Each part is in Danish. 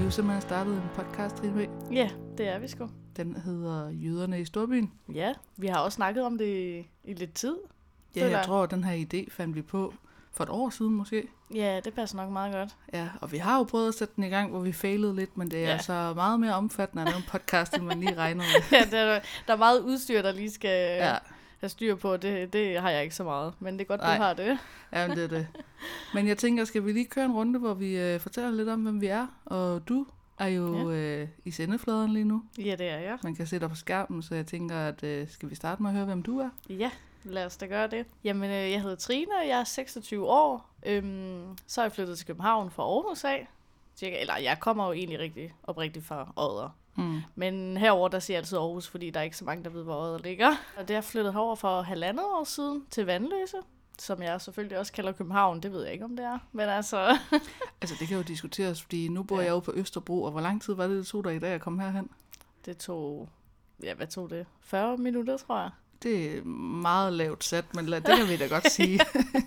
jo simpelthen startet en podcast, Trine V. Ja, det er vi sgu. Den hedder Jyderne i Storbyen. Ja, vi har også snakket om det i lidt tid. Ja, jeg tror, at den her idé fandt vi på for et år siden måske. Ja, det passer nok meget godt. Ja, og vi har jo prøvet at sætte den i gang, hvor vi failede lidt, men det er altså meget mere omfattende end en podcast, end man lige regner med. Ja, der er meget udstyr, der lige skal have styr på. Det har jeg ikke så meget, men det er godt, du har det. Ja, det er det. Men jeg tænker, skal vi lige køre en runde, hvor vi fortæller lidt om, hvem vi er? Og du er jo i sendefladen lige nu. Ja, det er jeg. Man kan se dig på skærmen, så jeg tænker, at skal vi starte med at høre, hvem du er? Ja, lad os da gøre det. Jamen, jeg hedder Trine, og jeg er 26 år. Så er jeg flyttet til København fra Aarhus af. Eller jeg kommer jo egentlig oprigtigt fra Odder. Men herover der siger jeg altid Aarhus, fordi der er ikke så mange, der ved, hvor Odder ligger. Og det er jeg flyttet herover for 1,5 år siden til Vanløse, som jeg selvfølgelig også kalder København. Det ved jeg ikke, om det er. Men altså... Altså, det kan jo diskuteres, fordi nu bor jeg jo på Østerbro, og hvor lang tid var det tog dig i dag at komme herhen? Det tog... Ja, hvad tog det? 40 minutter, tror jeg. Det er meget lavt sat, men det kan vi da godt sige.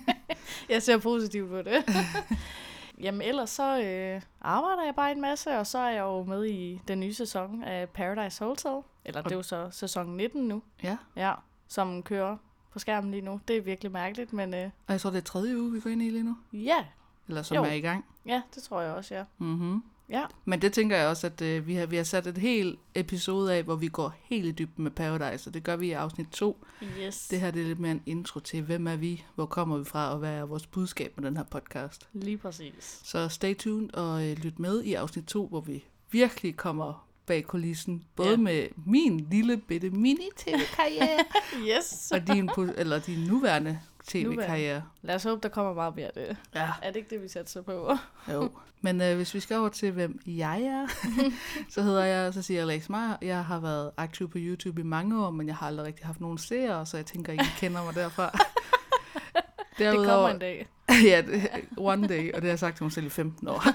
Jeg ser positivt på det. Jamen ellers så arbejder jeg bare en masse, og så er jeg jo med i den nye sæson af Paradise Hotel. Eller det er jo så sæson 19 nu. Ja, som kører på skærmen lige nu. Det er virkelig mærkeligt, men... Og jeg tror, det er 3. uge, vi går ind i lige nu? Ja. Eller som er i gang? Ja, det tror jeg også, ja. Mm-hmm. Ja. Men det tænker jeg også, at vi har sat et helt episode af, hvor vi går helt i dybden med Paradise, og det gør vi i afsnit 2. Yes. Det her det er lidt mere en intro til, hvem er vi, hvor kommer vi fra, og hvad er vores budskab med den her podcast. Lige præcis. Så stay tuned og lyt med i afsnit 2, hvor vi virkelig kommer bag kulissen, både med min lille bitte mini-tv-karriere, yes. og din nuværende tv-karriere. Lad os håbe, der kommer meget mere af det. Ja. Er det ikke det, vi satser på? Jo. Men hvis vi skal over til, hvem jeg er, så hedder jeg Cecilia Alex Meyer. Jeg har været aktiv på YouTube i mange år, men jeg har aldrig rigtig haft nogen seere, så jeg tænker, I kender mig derfra. Det kommer en dag. Ja, one day, og det har jeg sagt til mig selv i 15 år.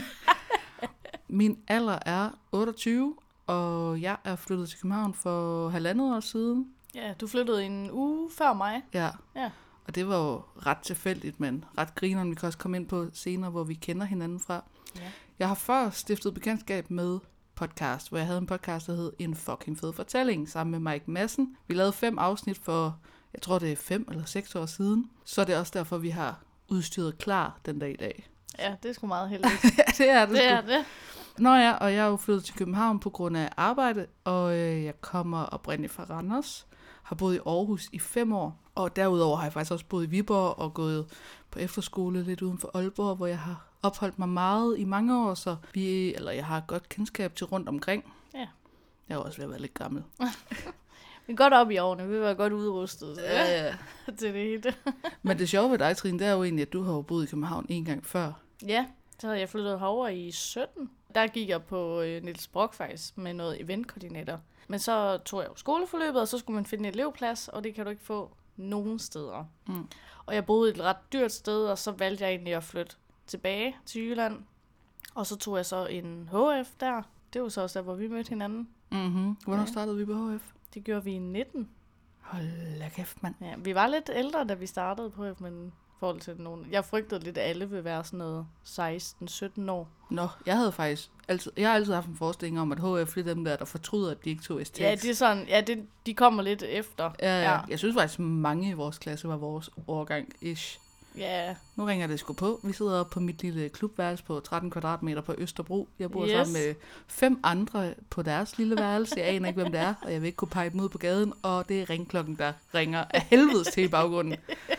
Min alder er 28, og jeg er flyttet til København for 1,5 år siden. Ja, du flyttede en uge før mig. Ja. Og det var jo ret tilfældigt, men ret grineren. Vi kan også komme ind på senere, hvor vi kender hinanden fra. Ja. Jeg har først stiftet bekendtskab med podcast, hvor jeg havde en podcast, der hed En fucking fed fortælling, sammen med Mike Madsen. Vi lavede 5 afsnit for, jeg tror det er 5 eller 6 år siden. Så er det også derfor, vi har udstyret klar den dag i dag. Ja, det er sgu meget heldigt. Ja, det er det. Det er det. Nå ja, og jeg er jo flyttet til København på grund af arbejde, og jeg kommer oprindeligt fra Randers. Har boet i Aarhus i 5 år, og derudover har jeg faktisk også boet i Viborg og gået på efterskole lidt uden for Aalborg, hvor jeg har opholdt mig meget i mange år, så jeg har godt kendskab til rundt omkring. Ja. Jeg er også ved at være lidt gammel. Vi er godt op i årene, vi var godt udrustet til det hele. Men det sjove ved dig, Trine, det er jo egentlig, at du har boet i København en gang før. Ja, så havde jeg flyttet herover i 17. Der gik jeg på Niels Brock faktisk med noget eventkoordinator. Men så tog jeg jo skoleforløbet, og så skulle man finde en elevplads, og det kan du ikke få nogen steder. Og jeg boede et ret dyrt sted, og så valgte jeg egentlig at flytte tilbage til Jylland. Og så tog jeg så en HF der. Det var så også der, hvor vi mødte hinanden. Mm-hmm. Hvornår startede vi på HF? Det gjorde vi i 19. Hold da kæft, mand. Ja, vi var lidt ældre, da vi startede på HF, men forhold til nogen. Jeg frygtede lidt, at alle vil være sådan noget 16-17 år. Nå, jeg har altid haft en forestilling om, at HF er dem der fortryder, at de ikke tog STX. Ja, det er sådan, de kommer lidt efter. Ja. Jeg synes faktisk, mange i vores klasse var vores årgang-ish. Ja. Nu ringer det sgu på. Vi sidder oppe på mit lille klubværelse på 13 kvadratmeter på Østerbro. Jeg bor sammen med 5 andre på deres lille værelse. Jeg aner ikke, hvem det er, og jeg vil ikke kunne pege dem ud på gaden. Og det er ringklokken, der ringer af helvedes til i baggrunden.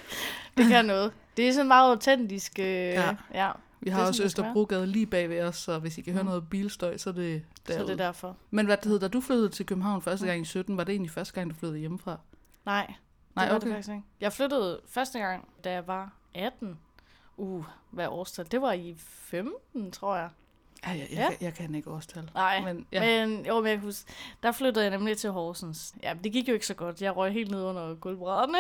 Det kan noget. Det er sådan meget autentisk. Ja. Vi har også Østerbrogade lige bag ved os, så hvis I kan høre noget bilstøj, så er det derude. Så er det derfor. Men hvad det hedder, da du flyttede til København første gang i 17, var det egentlig første gang, du flyttede hjemmefra? Nej, det var det faktisk ikke. Jeg flyttede første gang, da jeg var 18. Hvad årstal? Det var i 15, tror jeg. Jeg kan ikke årstal. Nej, men jeg kan huske, der flyttede jeg nemlig til Horsens. Ja, det gik jo ikke så godt. Jeg røg helt ned under gulvbrædderne.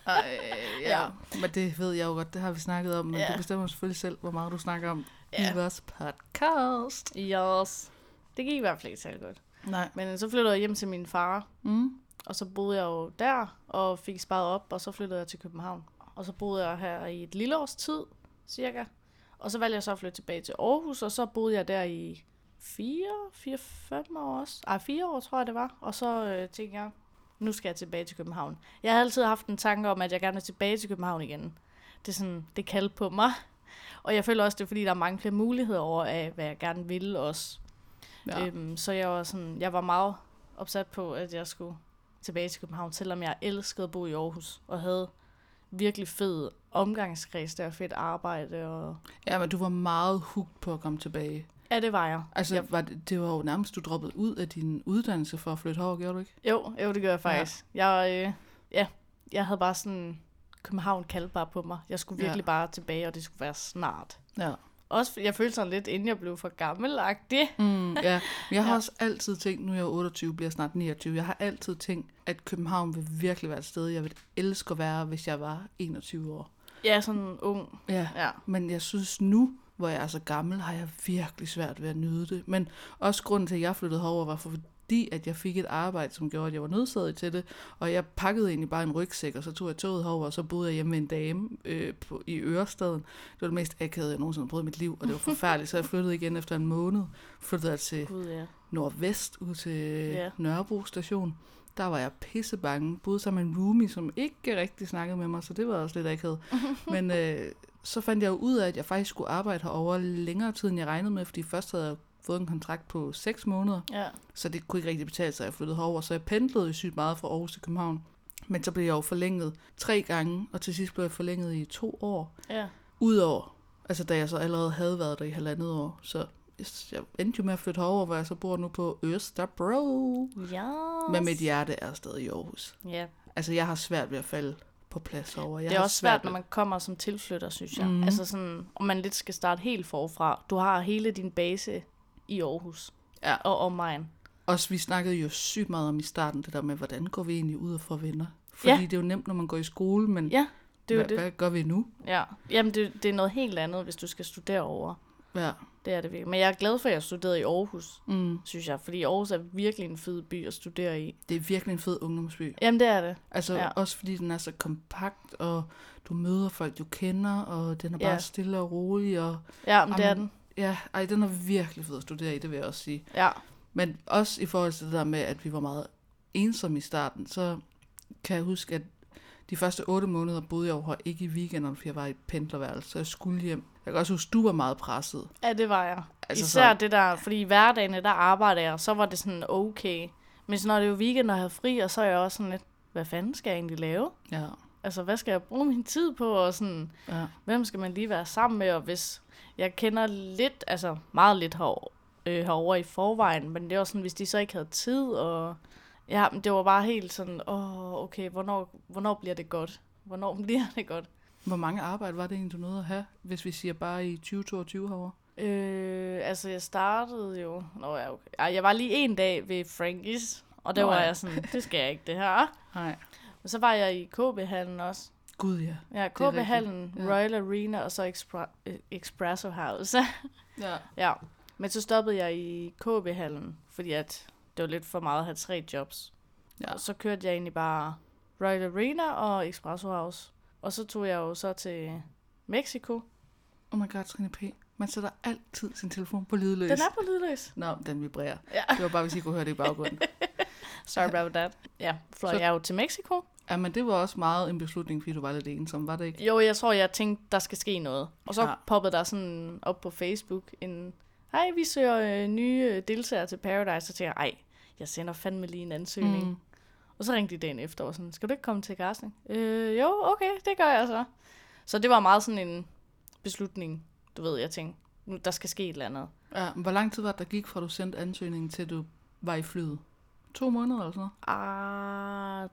Men det ved jeg jo godt, det har vi snakket om, men du bestemmer selvfølgelig selv, hvor meget du snakker om i vores podcast. Yes. Det gik i hvert fald ikke særlig godt. Nej. Men så flyttede jeg hjem til min far, og så boede jeg jo der, og fik sparet op, og så flyttede jeg til København. Og så boede jeg her i et lille års tid, cirka. Og så valgte jeg så at flytte tilbage til Aarhus, og så boede jeg der i 4-5 år også. 4 år tror jeg det var. Og så tænkte jeg, nu skal jeg tilbage til København. Jeg har altid haft en tanke om, at jeg gerne vil tilbage til København igen. Det er sådan, det kaldte på mig. Og jeg føler også, det er fordi, der er mange flere muligheder over af, hvad jeg gerne ville også. Ja. Så jeg var meget opsat på, at jeg skulle tilbage til København, selvom jeg elskede at bo i Aarhus, og havde virkelig fed omgangskreds der, fedt arbejde. Og... Ja, men du var meget hooked på at komme tilbage. Ja, det var jeg. Altså, det var jo nærmest, du droppede ud af din uddannelse for at flytte herover, gjorde du ikke? Jo, det gør jeg faktisk. Ja. Jeg havde bare sådan, København kaldte bare på mig. Jeg skulle virkelig bare tilbage, og det skulle være snart. Ja. Også, jeg følte sådan lidt, inden jeg blev for gammelagtig. Ja, jeg har også altid tænkt, nu er jeg 28, bliver snart 29, jeg har altid tænkt, at København vil virkelig være et sted, jeg ville elske at være, hvis jeg var 21 år. Ja, sådan ung. Ja, men jeg synes nu, hvor jeg er så gammel, har jeg virkelig svært ved at nyde det. Men også grunden til, at jeg flyttede herover, var fordi, at jeg fik et arbejde, som gjorde, at jeg var nødsaget til det. Og jeg pakkede egentlig bare en rygsæk, og så tog jeg toget herover, og så boede jeg hjemme med en dame i Ørestaden. Det var det mest akavede, jeg nogensinde har prøvet i mit liv, og det var forfærdeligt. Så jeg flyttede igen efter en måned. Flyttede jeg til Nordvest, ud til Nørrebro station. Der var jeg pissebange. Boede sammen med en roomie, som ikke rigtig snakkede med mig, så det var også lidt akavet. Men så fandt jeg jo ud af, at jeg faktisk skulle arbejde herovre længere tid, end jeg regnede med, fordi først havde jeg fået en kontrakt på 6 måneder, så det kunne ikke rigtig betale sig, at jeg flyttede herover. Så jeg pendlede jo sygt meget fra Aarhus til København. Men så blev jeg jo forlænget 3 gange, og til sidst blev jeg forlænget i 2 år. Ja. Udover, altså da jeg så allerede havde været der i 1,5 år, så jeg endte jo med at flytte herover, hvor jeg så bor nu på Østerbro. Ja. Men mit hjerte er stadig i Aarhus. Ja. Altså jeg har svært ved at falde på plads over. Det er også svært, når man kommer som tilflytter, synes jeg. Altså sådan, om man lidt skal starte helt forfra. Du har hele din base i Aarhus og omegn. Også vi snakkede jo sygt meget om i starten, det der med, hvordan går vi egentlig ud og får venner? Fordi det er jo nemt, når man går i skole, men hvad gør vi nu? Ja, jamen det er noget helt andet, hvis du skal studere over. Ja. Det er det virkelig. Men jeg er glad for, at jeg studerede i Aarhus, synes jeg. Fordi Aarhus er virkelig en fed by at studere i. Det er virkelig en fed ungdomsby. Jamen, det er det. Altså, også fordi den er så kompakt, og du møder folk, du kender, og den er bare stille og rolig. Og, det er den. Ja, den er virkelig fed at studere i, det vil jeg også sige. Ja. Men også i forhold til det der med, at vi var meget ensomme i starten, så kan jeg huske, at de første 8 måneder boede jeg over ikke i weekenderne, fordi jeg var i et pendlerværelse, så jeg skulle hjem. Jeg kan også huske, du var meget presset. Ja, det var jeg. Altså, især det der, fordi i hverdagene, der arbejder jeg, så var det sådan okay. Men så når det er jo weekend, og jeg havde fri, og så er jeg også sådan lidt, hvad fanden skal jeg egentlig lave? Ja. Altså, hvad skal jeg bruge min tid på? Og sådan, hvem skal man lige være sammen med? Og hvis jeg kender lidt, altså meget lidt herover i forvejen, men det var sådan, hvis de så ikke havde tid, og ja, det var bare helt sådan, okay, hvornår bliver det godt? Hvornår bliver det godt? Hvor mange arbejde var det egentlig, du nåede at have, hvis vi siger bare i 2022 herovre? Altså, jeg startede jo... Jeg var lige en dag ved Frankies, og der var jeg sådan, det skal jeg ikke, det her. Nej. Og så var jeg i KB-hallen også. Gud, ja. Ja, KB-hallen, Royal Arena og så Espresso House. Ja. Men så stoppede jeg i KB-hallen, fordi at det var lidt for meget at have 3 jobs. Ja. Og så kørte jeg egentlig bare Royal Arena og Espresso House. Og så tog jeg jo så til Mexico. Oh my god, Trine P. Man sætter altid sin telefon på lydløs. Den er på lydløs. Nå, den vibrerer. Ja. Det var bare, hvis I kunne høre det i baggrunden. Sorry about that. Ja, fløj jeg jo til Mexico. Ja, men det var også meget en beslutning, fordi du var lidt ensom, var det ikke? Jo, jeg tænkte, der skal ske noget. Og så poppede der sådan op på Facebook en... Hej, vi søger nye deltagere til Paradise. Så tænkte jeg, jeg sender fandme lige en ansøgning. Og så ringte de dagen efter og sådan, skal du ikke komme til casting? Jo, okay, det gør jeg så. Så det var meget sådan en beslutning, du ved, jeg tænkte, der skal ske et eller andet. Ja, hvor lang tid var det, der gik fra du sendte ansøgningen til du var i flyet? 2 måneder eller sådan noget?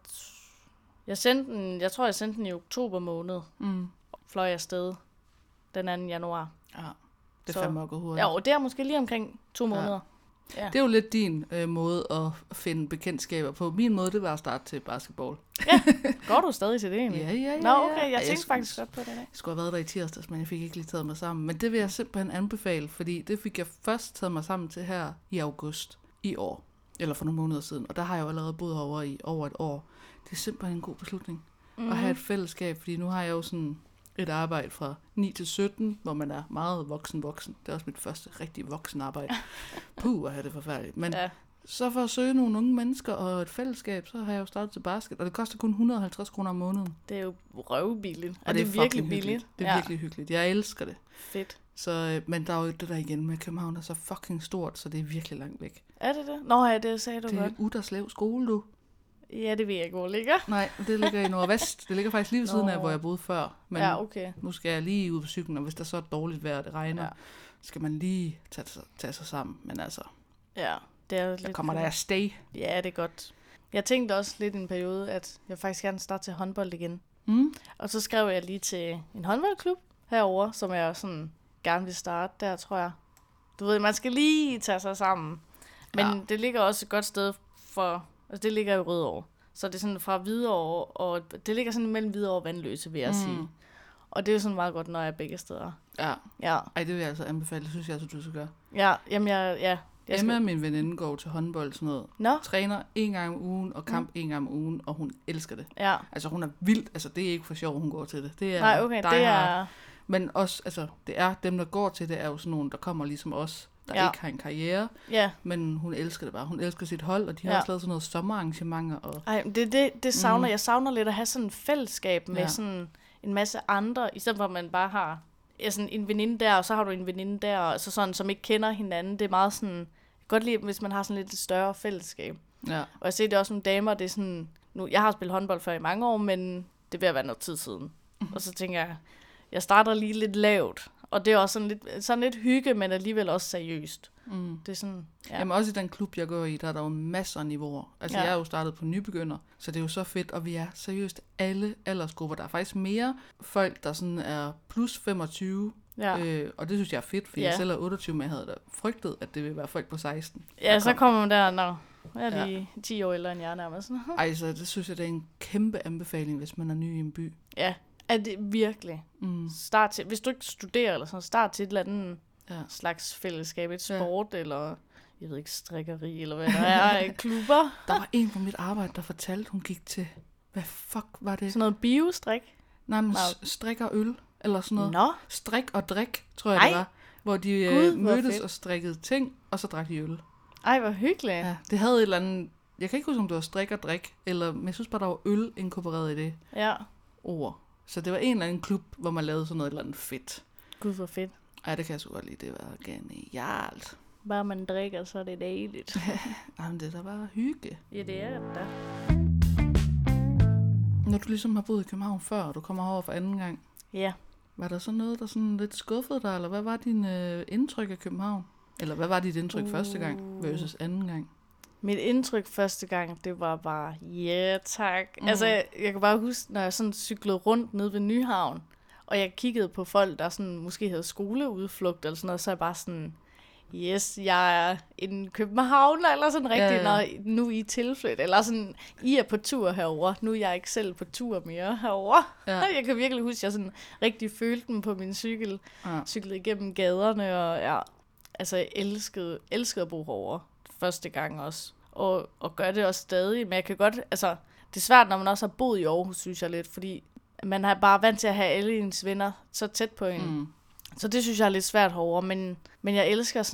Jeg tror, jeg sendte den i oktober måned. Fløj jeg afsted den 2. januar. Ja, det er fandme gået hurtigt. Ja, og det er måske lige omkring 2 måneder. Ja. Det er jo lidt din måde at finde bekendtskaber på. Min måde, det var at starte til basketball. Ja, går du stadig til det egentlig? Ja. Nå, okay, jeg tænkte faktisk godt på det. Jeg skulle have været der i tirsdags, men jeg fik ikke lige taget mig sammen. Men det vil jeg simpelthen anbefale, fordi det fik jeg først taget mig sammen til her i august i år. Eller for nogle måneder siden. Og der har jeg jo allerede boet over i over et år. Det er simpelthen en god beslutning. At have et fællesskab, fordi nu har jeg jo sådan et arbejde fra 9 til 17, hvor man er meget voksen. Det er også mit første rigtig voksenarbejde. Puh, er det forfærdeligt. Men så for at søge nogle unge mennesker og et fællesskab, så har jeg jo startet til basket, og det koster kun 150 kroner om måneden. Det er jo røvbilligt. Og det er virkelig billigt. Det er virkelig hyggeligt. Jeg elsker det. Fedt. Så, men der er jo det der igen med København er så fucking stort, så det er virkelig langt væk. Er det det? Nå ja, det sagde du godt. godt. Det er Uderslev skole, du. Ja, det ved jeg ikke, hvor det ligger. Nej, det ligger i Nordvest. Det ligger faktisk lige ved siden af, hvor jeg boede før. Men okay. Nu skal jeg lige ud på cyklen, og hvis der så er dårligt vejr, og det regner, skal man lige tage sig sammen. Men altså, det er lidt der kommer der afsted. Ja, det er godt. Jeg tænkte også lidt i en periode, at jeg faktisk gerne starte til håndbold igen. Og så skrev jeg lige til en håndboldklub herover, som jeg sådan gerne vil starte der, tror jeg. Du ved, man skal lige tage sig sammen. Men det ligger også et godt sted for... Altså, det ligger i Rødovre. Så det er sådan fra Hvidovre, og det ligger sådan mellem Hvidovre og Vandløse, vil jeg sige. Og det er jo sådan meget godt, når jeg er begge steder. Ja. Ej, det vil jeg altså anbefale. Det synes jeg altså, du skal gøre. Ja, jamen jeg Emma og min veninde går til håndbold sådan noget. Træner 1 gang om ugen, og kamp 1 gang om ugen, og hun elsker det. Ja. Altså, hun er vildt. Altså, det er ikke for sjov, hun går til det. Det er Nej, okay, det er... Men også, altså, det er dem, der går til det, er jo sådan nogle, der kommer ligesom os, der ikke har en karriere. Ja. Men hun elsker det bare. Hun elsker sit hold, og de har også lavet sådan noget sommerarrangementer. Og... Ej, det savner jeg. savner lidt at have sådan et fællesskab med sådan en masse andre, i stedet for at man bare har sådan en veninde der, og så har du en veninde der, altså sådan, som ikke kender hinanden. Det er meget sådan... Jeg kan godt lide, hvis man har sådan lidt et større fællesskab. Ja. Og jeg ser det også nogle damer, det er sådan... Nu, jeg har spillet håndbold før i mange år, men det vil være noget tid siden. Og så tænker jeg starter lige lidt lavt. Og det er også sådan lidt hygge, men alligevel også seriøst. Det er sådan, Jamen også i den klub, jeg går i, der er der jo masser af niveauer. Altså jeg er jo startet på nybegynder, så det er jo så fedt, og vi er seriøst alle aldersgrupper. Der er faktisk mere folk, der sådan er plus 25, og det synes jeg er fedt, fordi jeg selv er 28, men jeg havde da frygtet, at det ville være folk på 16. Ja, så kommer man der, når jeg er lige 10 år ældre end jeg nærmest. Ej, så det synes jeg, det er en kæmpe anbefaling, hvis man er ny i en by. Ja, er det virkelig. Start til, hvis du ikke studerer eller sådan, start til et eller andet slags fællesskab, et sport eller, jeg ved ikke, strikkeri eller hvad der er, klubber. Der var en på mit arbejde, der fortalte, hun gik til, hvad fuck var det? Sådan noget biostrik? Nej, men strik og øl, eller sådan noget. Nå. Strik og drik, tror jeg det var. Hvor de mødtes og strikkede ting, og så drak de øl. Ej, hvor hyggeligt. Ja, det havde et eller andet, jeg kan ikke huske, om det var strik og drik, eller, men jeg synes bare, der var øl inkorporeret i det ord. Så det var en eller anden klub, hvor man lavede sådan noget eller andet fedt. Gud, hvor fedt. Ej, det kan jeg så godt lide. Det var genialt. Bare man drikker, så er det dejligt. Jamen, det er da bare hygge. Ja, det er det da. Når du ligesom har boet i København før, og du kommer over for anden gang. Ja. Var der så noget, der sådan lidt skuffede dig, eller hvad var din indtryk af København? Eller hvad var dit indtryk første gang versus anden gang? Mit indtryk første gang, det var bare, tak. Altså, jeg kan bare huske, når jeg sådan cyklede rundt nede ved Nyhavn, og jeg kiggede på folk, der sådan måske havde skoleudflugt eller sådan noget, så er jeg bare sådan, yes, jeg er en københavner, eller sådan rigtig, når nu I er tilflyttet, eller sådan, I er på tur herover. Nu er jeg ikke selv på tur mere herover. Ja. Jeg kan virkelig huske, at jeg sådan rigtig følte dem på min cykel, cyklede igennem gaderne, og altså, jeg elskede at bo herovre første gang også, og gør det også stadig, men jeg kan godt, altså, det er svært, når man også har boet i Aarhus, synes jeg lidt, fordi man er bare vant til at have alle ens venner så tæt på en. Så det synes jeg er lidt svært herovre, men jeg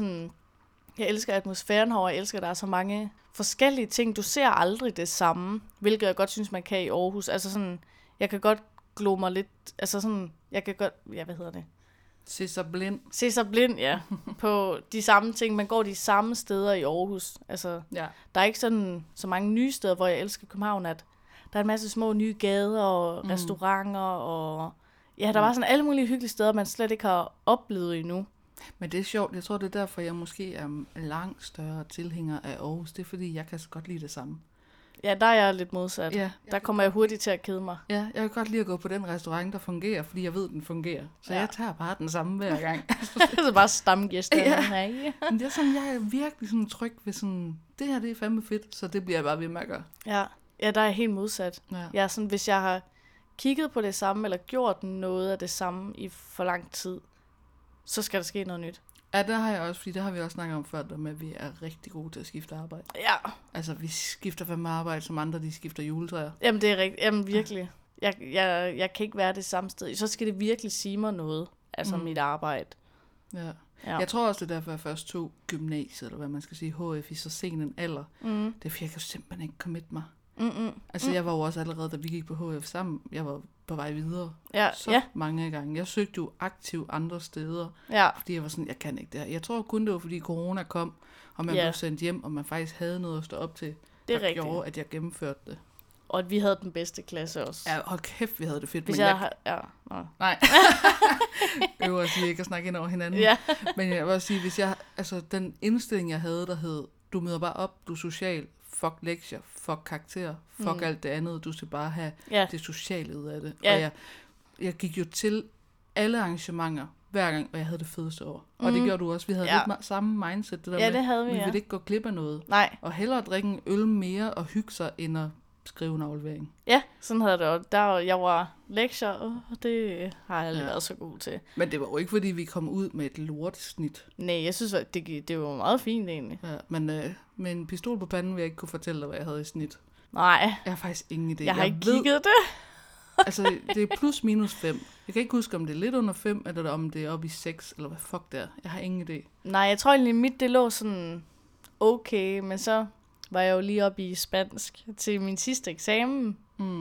elsker atmosfæren herovre, jeg elsker, at der er så mange forskellige ting. Du ser aldrig det samme, hvilket jeg godt synes, man kan i Aarhus. Altså sådan, jeg kan godt glo mig lidt, altså sådan, jeg kan godt, hvad hedder det? Se sig blind, ja. På de samme ting. Man går de samme steder i Aarhus. Altså, der er ikke sådan så mange nye steder, hvor jeg elsker København, at der er en masse små nye gader og restauranter, og der var sådan alle mulige hyggelige steder, man slet ikke har oplevet endnu. Men det er sjovt. Jeg tror, det er derfor, jeg måske er langt større tilhænger af Aarhus. Det er, fordi jeg kan så godt lide det samme. Ja, der er jeg lidt modsat. Ja, der kommer jeg hurtigt til at kede mig. Ja, jeg kan godt lide at gå på den restaurant, der fungerer, fordi jeg ved, den fungerer. Så jeg tager bare den samme hver gang. Så bare stamgæster. Men det er sådan, jeg er virkelig sådan tryg ved sådan, det her, det er fandme fedt, så det bliver jeg bare ved med at gøre. Ja, der er helt modsat. Ja. Jeg er sådan, hvis jeg har kigget på det samme, eller gjort noget af det samme i for lang tid, så skal der ske noget nyt. Ja, det har jeg også, fordi det har vi også snakket om før, der med, at vi er rigtig gode til at skifte arbejde. Ja. Altså, vi skifter fandme arbejde, som andre, de skifter juletræer. Jamen, det er rigtigt. Jamen, virkelig. Jeg kan ikke være det samme sted. Så skal det virkelig sige mig noget, altså mit arbejde. Ja. Jeg tror også, det er derfor, jeg først tog gymnasiet, eller hvad man skal sige, HF i så sen en alder. Det er fordi, jeg kan simpelthen ikke commit mig. Altså, jeg var jo også allerede, da vi gik på HF sammen, jeg var på vej videre. Mange gange. Jeg søgte jo aktivt andre steder, fordi jeg var sådan, jeg kan ikke det her. Jeg tror kun, det var, fordi corona kom, og man blev sendt hjem, og man faktisk havde noget at stå op til, der gjorde, at jeg gennemførte det. Og at vi havde den bedste klasse også. Ja, hold kæft, vi havde det fedt. Hvis Nej. Øver at sige ikke at snakke ind over hinanden. Men jeg vil også sige, hvis jeg, altså den indstilling, jeg havde, der hed, du møder bare op, du er social, fuck lektier, fuck karakter, fuck alt det andet, du skal bare have det sociale ud af det. Og jeg gik jo til alle arrangementer, hver gang, og jeg havde det fedeste år. Og det gjorde du også. Vi havde lidt samme mindset. Det der med, det havde vi, vi ville ikke gå glip af noget. Nej. Og hellere drikke en øl mere og hygge sig, end at skrive en aflevering. Ja, sådan havde det også. Jeg var lektier, det har jeg aldrig været så god til. Men det var jo ikke, fordi vi kom ud med et lortesnit. Nej, jeg synes, at det var meget fint egentlig. Ja, men med en pistol på panden vil jeg ikke kunne fortælle dig, hvad jeg havde i snit. Nej. Jeg har faktisk ingen idé. Jeg har ikke kigget det. Altså, det er plus minus 5. Jeg kan ikke huske, om det er lidt under 5, eller om det er oppe i 6, eller hvad fuck det er. Jeg har ingen idé. Nej, jeg tror egentlig, mit det lå sådan okay, men så var jeg jo lige oppe i spansk til min sidste eksamen.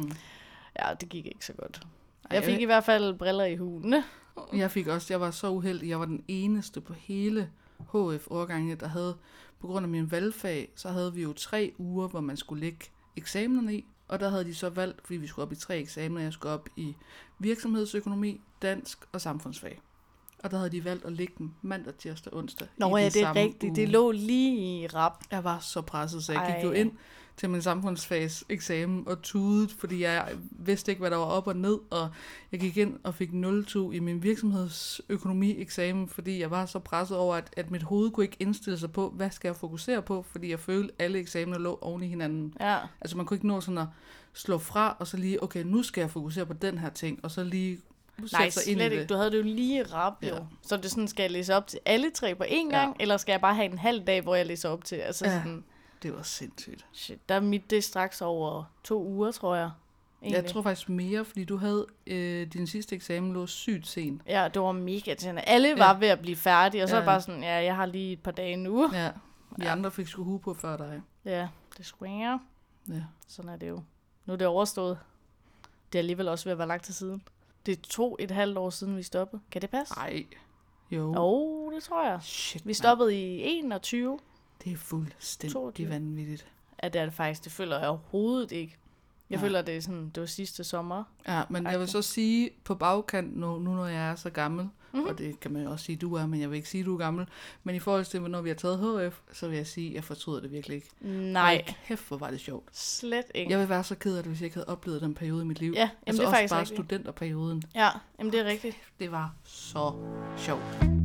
Ja, det gik ikke så godt. Jeg fik i hvert fald briller i huden. Jeg var så uheldig. Jeg var den eneste på hele HF-årgangene, der havde, på grund af min valgfag, så havde vi jo 3 uger, hvor man skulle lægge eksamenerne i. Og der havde de så valgt, fordi vi skulle op i 3 eksamener. Jeg skulle op i virksomhedsøkonomi, dansk og samfundsfag. Og der havde de valgt at lægge dem mandag, tirsdag, onsdag. Nå ja, det er rigtigt. Uge. Det lå lige i rap. Jeg var så presset, så jeg gik jo ind til min samfundsfags eksamen og tudede, fordi jeg vidste ikke, hvad der var op og ned. Og jeg gik ind og fik 0,2 i min virksomhedsøkonomi-eksamen, fordi jeg var så presset over, at mit hoved kunne ikke indstille sig på, hvad skal jeg fokusere på, fordi jeg følte, at alle eksamener lå oven i hinanden. Ja. Altså man kunne ikke nå sådan at slå fra, og så lige, okay, nu skal jeg fokusere på den her ting, og så lige nej, slet ikke. Du havde det jo lige rap, jo. Så det sådan, skal jeg læse op til alle 3 på én gang, eller skal jeg bare have en halv dag, hvor jeg læser op til? Altså sådan, det var sindssygt. Shit, der er mit det straks over 2 uger, tror jeg. Egentlig. Jeg tror faktisk mere, fordi du havde din sidste eksamen lå sygt sent. Ja, det var mega tændende. Alle var ved at blive færdige, og så bare sådan, jeg har lige et par dage nu. Ja, de andre fik sgu hue på før dig. Ja, det swinger. Ja. Sådan er det jo. Nu er det overstået. Det er alligevel også ved at være lagt til siden. Det er 2,5 år siden, vi stoppede. Kan det passe? Nej. Jo. Jo, det tror jeg. Shit, vi stoppede i 21. Det er fuldstændig vanvittigt. Ja, det er det faktisk. Det føler jeg overhovedet ikke. Jeg føler, det er sådan, det var sidste sommer. Ja, men jeg vil så sige på bagkant, nu når jeg er så gammel, og det kan man jo også sige, du er, men jeg vil ikke sige, du er gammel, men i forhold til, når vi har taget HF, så vil jeg sige, at jeg fortryder det virkelig ikke. Nej. Og kæft, hvor var det sjovt. Slet ikke. Jeg vil være så ked af det, hvis jeg ikke havde oplevet den periode i mit liv. Ja, jamen altså det er også faktisk bare rigtigt. Studenterperioden. Ja, jamen det er rigtigt. Det var så sjovt.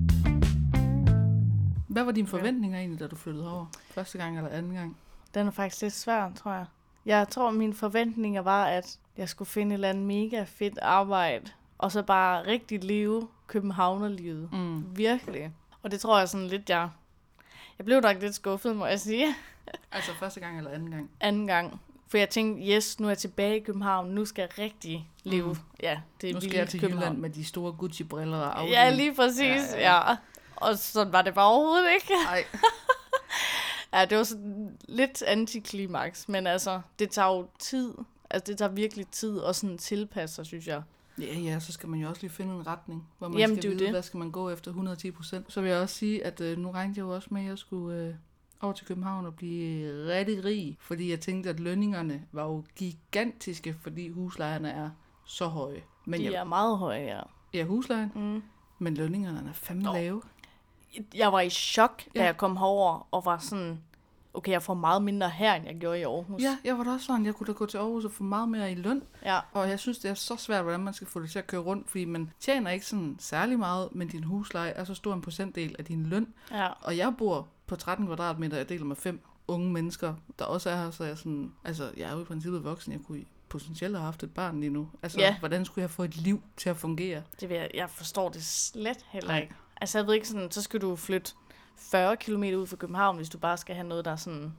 Hvad var dine forventninger egentlig, da du flyttede over? Første gang eller anden gang? Den er faktisk lidt svær, tror jeg. Jeg tror, mine forventninger var, at jeg skulle finde et eller andet mega fedt arbejde, og så bare rigtig leve københavnerlivet. Virkelig. Og det tror jeg sådan lidt, jeg blev nok lidt skuffet, må jeg sige. Altså første gang eller anden gang? Anden gang. For jeg tænkte, yes, nu er jeg tilbage i København, nu skal jeg rigtig leve. Ja, det er nu skal jeg til Jylland med de store Gucci-briller og Audi. Ja, lige præcis, ja. Og sådan var det bare overhovedet ikke. Nej. Ja, det var sådan lidt antiklimaks, men altså, det tager jo tid. Altså, det tager virkelig tid at sådan tilpasse, synes jeg. Ja, så skal man jo også lige finde en retning, hvor man skal vide, hvad skal man gå efter 110%. Så vil jeg også sige, at nu regnede jeg jo også med, at jeg skulle over til København og blive rigtig rig, fordi jeg tænkte, at lønningerne var jo gigantiske, fordi huslejerne er så høje. Men de er meget høje, ja. Ja, huslejen, men lønningerne er fandme lave. Jeg var i chok, da jeg kom herover og var sådan, okay, jeg får meget mindre her, end jeg gjorde i Aarhus. Ja, jeg var da også sådan, jeg kunne da gå til Aarhus og få meget mere i løn. Ja. Og jeg synes, det er så svært, hvordan man skal få det til at køre rundt, fordi man tjener ikke sådan særlig meget, men din husleje er så stor en procentdel af din løn. Ja. Og jeg bor på 13 kvadratmeter, jeg deler med 5 unge mennesker, der også er her, så jeg sådan, altså, jeg er jo i princippet voksen, jeg kunne potentielt have haft et barn lige nu. Altså, hvordan skulle jeg få et liv til at fungere? Jeg forstår det slet heller ikke. Altså, jeg ved ikke sådan, så skal du flytte 40 km ud fra København, hvis du bare skal have noget, der sådan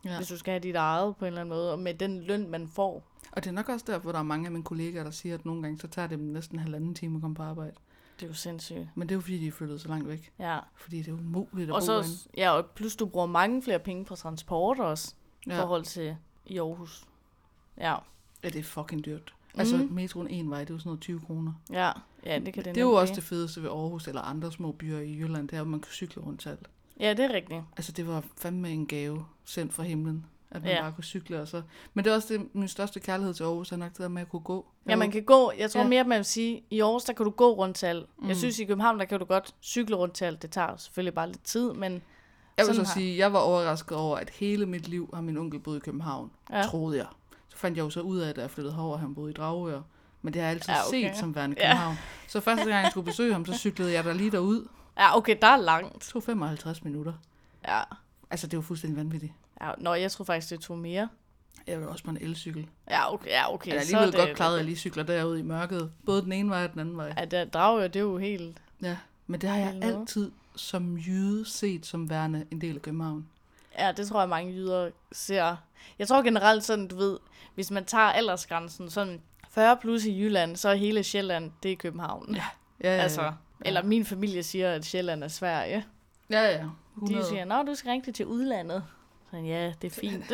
hvis du skal have dit eget på en eller anden måde, og med den løn, man får. Og det er nok også derfor, der er mange af mine kollegaer, der siger, at nogle gange, så tager det dem næsten 1,5 time at komme på arbejde. Det er jo sindssygt. Men det er jo fordi, de er flyttet så langt væk. Ja. Fordi det er umuligt at og bo så, inde. Ja, og plus du bruger mange flere penge på transport også, i forhold til i Aarhus. Ja. Ja, det er fucking dyrt. Altså metroen en vej, det er jo sådan noget 20 kroner. Ja, det kan det er jo også det fedeste ved Aarhus eller andre små byer i Jylland, det er, at man kan cykle rundt til alt. Ja, det er rigtigt. Altså, det var fandme en gave sendt fra himlen, at man bare kunne cykle og så. Men det er også det, min største kærlighed til Aarhus, er nok det der med at kunne gå. Ja, man kan gå. Jeg tror mere, man vil sige, i Aarhus, der kan du gå rundt til alt. Jeg synes, i København, der kan du godt cykle rundt til alt. Det tager selvfølgelig bare lidt tid, men... Jeg vil så sige, jeg var overrasket over, at hele mit liv har min onkel boet i København, troede jeg. Så fandt jeg jo så ud af, at jeg flyttede herover, han boede i Dragør. Men det har jeg altid set som værende København. Så første gang, jeg skulle besøge ham, så cyklede jeg der lige derud. Ja, okay, der er langt. Det tog 55 minutter. Ja. Altså, det var fuldstændig vanvittigt. Ja, jeg tror faktisk, det tog mere. Jeg var også på en elcykel. Ja, okay. Jeg er alligevel godt klaret, at jeg lige cykler derude i mørket. Både den ene vej og den anden vej. Ja, der Dragør, det er jo helt... Ja, men det har jeg altid som jyde set som værende en del af København. Ja, det tror jeg, mange jyder ser. Jeg tror generelt sådan, du ved, hvis man tager aldersgrænsen sådan 40 plus i Jylland, så er hele Sjælland, det er København. Ja. Altså, eller min familie siger, at Sjælland er Sverige. Ja. 100. De siger, du skal rigtig til udlandet. Så ja, det er fint.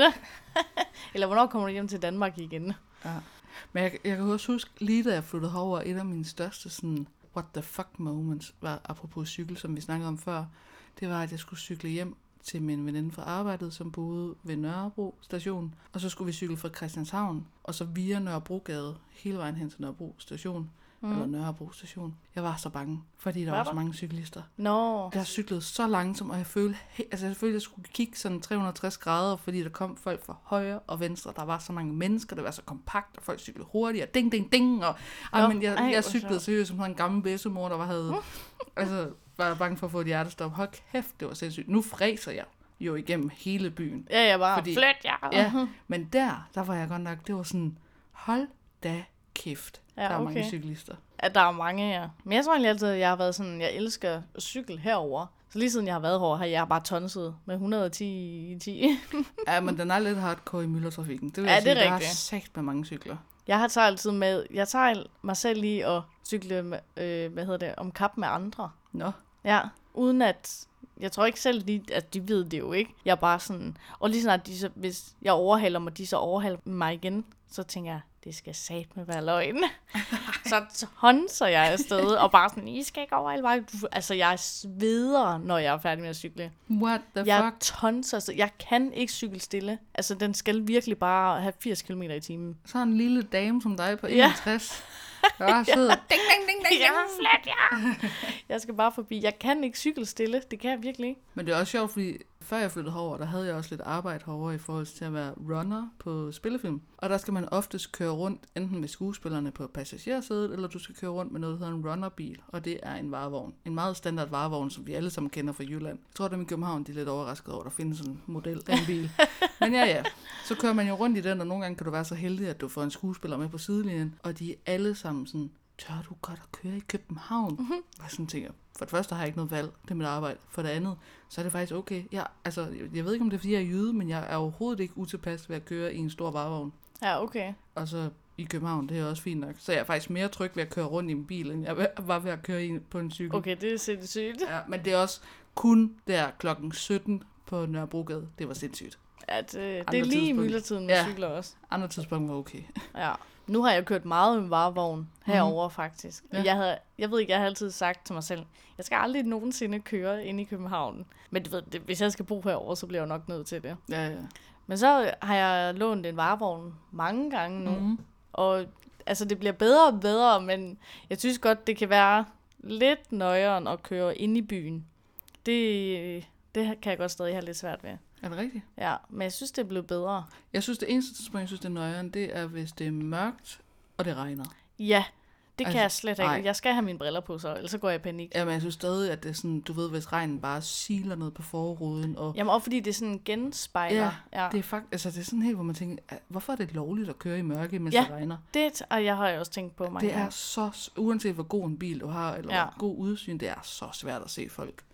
Eller hvornår kommer du hjem til Danmark igen? Ja. Men jeg kan også huske, lige da jeg flyttede herover, et af mine største sådan, what the fuck moments, var apropos cykel, som vi snakkede om før, det var, at jeg skulle cykle hjem til min veninde fra arbejdet, som boede ved Nørrebro station. Og så skulle vi cykle fra Christianshavn, og så via Nørrebrogade, hele vejen hen til Nørrebro station. Eller Nørrebro station. Jeg var så bange, fordi der var så mange cyklister. Jeg cyklede så langsomt, og jeg følte, at jeg skulle kigge sådan 360 grader, fordi der kom folk fra højre og venstre. Der var så mange mennesker, det var så kompakt, og folk cyklede hurtigt, og ding, ding, ding. Og, men jeg cyklede seriøst som sådan en gammel bedstemor, der var bange for at få et hjertestop. Hold kæft, det var sindssygt. Nu fræser jeg jo igennem hele byen. Ja, jeg var flet, ja. Men der var jeg godt nok, det var sådan, hold da kæft. Der er mange cyklister. Ja, der er mange, ja. Men jeg tror egentlig altid, at jeg har været sådan, jeg elsker at cykle herover. Så lige siden jeg har været herovre, har jeg bare tonset med 110 i 10. Ja, men den er lidt hardcore i myldretrafikken. Det vil jeg sige, der er sagt med mange cykler. Jeg tager mig selv lige at cykle med, om kap med andre. Nå. Ja, uden at... Jeg tror ikke selv, at de ved det jo ikke. Jeg er bare sådan... Og lige snart, hvis jeg overhaler mig, de så overhaler mig igen, så tænker jeg, det skal satme være løgn. Så tonser jeg afsted, og bare sådan, I skal ikke overhale mig. Altså, jeg sveder, når jeg er færdig med at cykle. What the fuck? Jeg tonser, så jeg kan ikke cykle stille. Altså, den skal virkelig bare have 80 km i timen. Så en lille dame som dig på 61. Der sidder ding, ding, ding, ding. Jeg skal bare forbi. Jeg kan ikke cykle stille. Det kan jeg virkelig ikke. Men det er også sjovt, fordi før jeg flyttede herover, der havde jeg også lidt arbejde herover i forhold til at være runner på spillefilm. Og der skal man oftest køre rundt, enten med skuespillerne på passagersædet, eller du skal køre rundt med noget, der hedder en runnerbil. Og det er en varevogn. En meget standard varevogn, som vi alle sammen kender fra Jylland. Jeg tror, dem i København, de er lidt overrasket over, at der findes sådan en model af en bil. Men ja. Så kører man jo rundt i den, og nogle gange kan du være så heldig, at du får en skuespiller med på sidelinjen. Og de er alle sammen sådan, tør du godt at køre i København? Mm-hmm. Og sådan tænker jeg, for det første har jeg ikke noget valg, det er mit arbejde. For det andet, så er det faktisk okay. Jeg ved ikke, om det er, fordi jeg er jyde, men jeg er overhovedet ikke utilpas ved at køre i en stor varevogn. Ja, okay. Og så i København, det er også fint nok. Så jeg er faktisk mere tryg ved at køre rundt i en bil, end jeg var ved at køre på en cykel. Okay, det er sindssygt. Ja, men det er også kun der klokken 17 på Nørrebrogade. Det var sindssygt. Ja, det er lige i myldretiden med cykler også. Andre tidspunkter var okay. Ja. Nu har jeg kørt meget med varevogn herover faktisk. Ja. Jeg ved ikke, jeg har altid sagt til mig selv, jeg skal aldrig nogensinde køre ind i København. Men du ved, hvis jeg skal bo herover, så bliver jeg nok nødt til det. Ja. Men så har jeg lånt en varevogn mange gange nu. Og altså, det bliver bedre og bedre, men jeg synes godt, det kan være lidt nøjeren at køre ind i byen. Det kan jeg godt stadig have lidt svært ved. Er det rigtigt? Ja, men jeg synes, det er blevet bedre. Jeg synes, det eneste tidspunkt, jeg synes, det er nøjeren, det er, hvis det er mørkt, og det regner. Ja, det kan jeg slet ikke. Jeg skal have mine briller på, så ellers så går jeg i panik. Ja, men jeg synes stadig, at det er sådan, du ved, hvis regnen bare siler ned på forruden. Og jamen, også fordi det er sådan en genspejler. Ja. Det er faktisk, altså det er sådan helt, hvor man tænker, hvorfor er det lovligt at køre i mørke, mens det regner? Og jeg har jo også tænkt på mange Det er så, uanset hvor god en bil du har, eller hvor god udsyn, det er så svært at se folk.